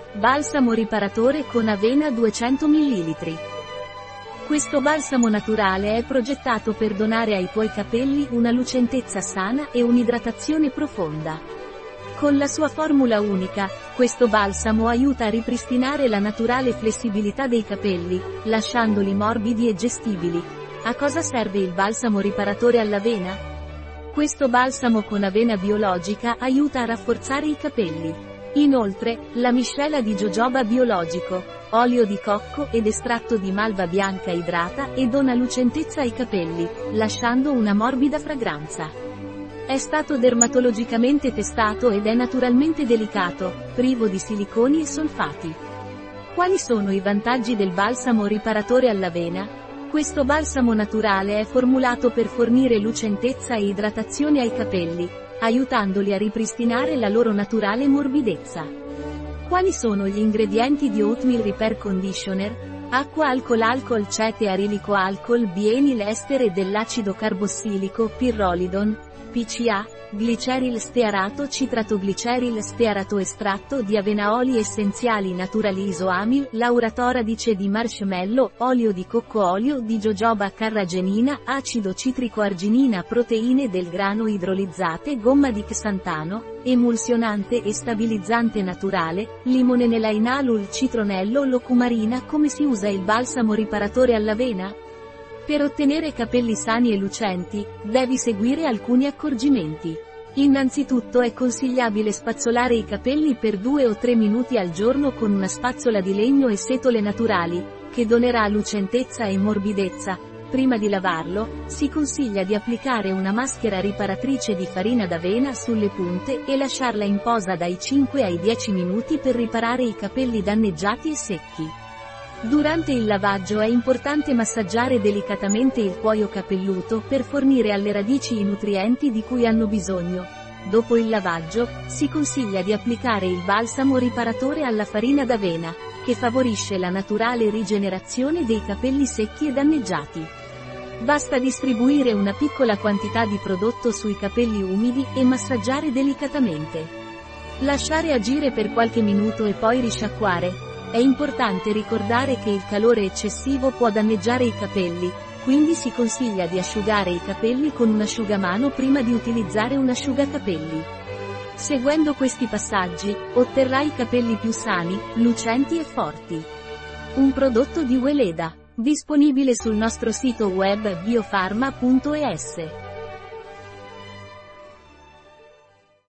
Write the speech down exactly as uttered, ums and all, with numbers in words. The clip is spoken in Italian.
Balsamo riparatore con avena duecento millilitri. Questo balsamo naturale è progettato per donare ai tuoi capelli una lucentezza sana e un'idratazione profonda. Con la sua formula unica, questo balsamo aiuta a ripristinare la naturale flessibilità dei capelli, lasciandoli morbidi e gestibili. A cosa serve il balsamo riparatore all'avena? Questo balsamo con avena biologica aiuta a rafforzare i capelli. Inoltre, la miscela di jojoba biologico, olio di cocco ed estratto di malva bianca idrata e dona lucentezza ai capelli, lasciando una morbida fragranza. È stato dermatologicamente testato ed è naturalmente delicato, privo di siliconi e solfati. Quali sono i vantaggi del balsamo riparatore all'avena? Questo balsamo naturale è formulato per fornire lucentezza e idratazione ai capelli, aiutandoli a ripristinare la loro naturale morbidezza. Quali sono gli ingredienti di Oatmeal Repair Conditioner? Acqua, alcol, alcol, cete, arilico, alcol, bienyl estere dell'acido carbossilico, pirrolidon, P C A, gliceril stearato, citratogliceril stearato, estratto di avena, oli essenziali naturali, isoamil, lauratoradice di marshmallow, olio di cocco, olio di jojoba, carragenina, acido citrico, arginina, proteine del grano idrolizzate, gomma di xantano, emulsionante e stabilizzante naturale, limonenelainalul, citronello, locumarina. Come si usa il balsamo riparatore all'avena? Per ottenere capelli sani e lucenti, devi seguire alcuni accorgimenti. Innanzitutto è consigliabile spazzolare i capelli per due o tre minuti al giorno con una spazzola di legno e setole naturali, che donerà lucentezza e morbidezza. Prima di lavarlo, si consiglia di applicare una maschera riparatrice di farina d'avena sulle punte e lasciarla in posa dai cinque ai dieci minuti per riparare i capelli danneggiati e secchi. Durante il lavaggio è importante massaggiare delicatamente il cuoio capelluto per fornire alle radici i nutrienti di cui hanno bisogno. Dopo il lavaggio, si consiglia di applicare il balsamo riparatore alla farina d'avena, che favorisce la naturale rigenerazione dei capelli secchi e danneggiati. Basta distribuire una piccola quantità di prodotto sui capelli umidi e massaggiare delicatamente. Lasciare agire per qualche minuto e poi risciacquare. È importante ricordare che il calore eccessivo può danneggiare i capelli, quindi si consiglia di asciugare i capelli con un asciugamano prima di utilizzare un asciugacapelli. Seguendo questi passaggi, otterrai capelli più sani, lucenti e forti. Un prodotto di Weleda, disponibile sul nostro sito web biofarma punto es.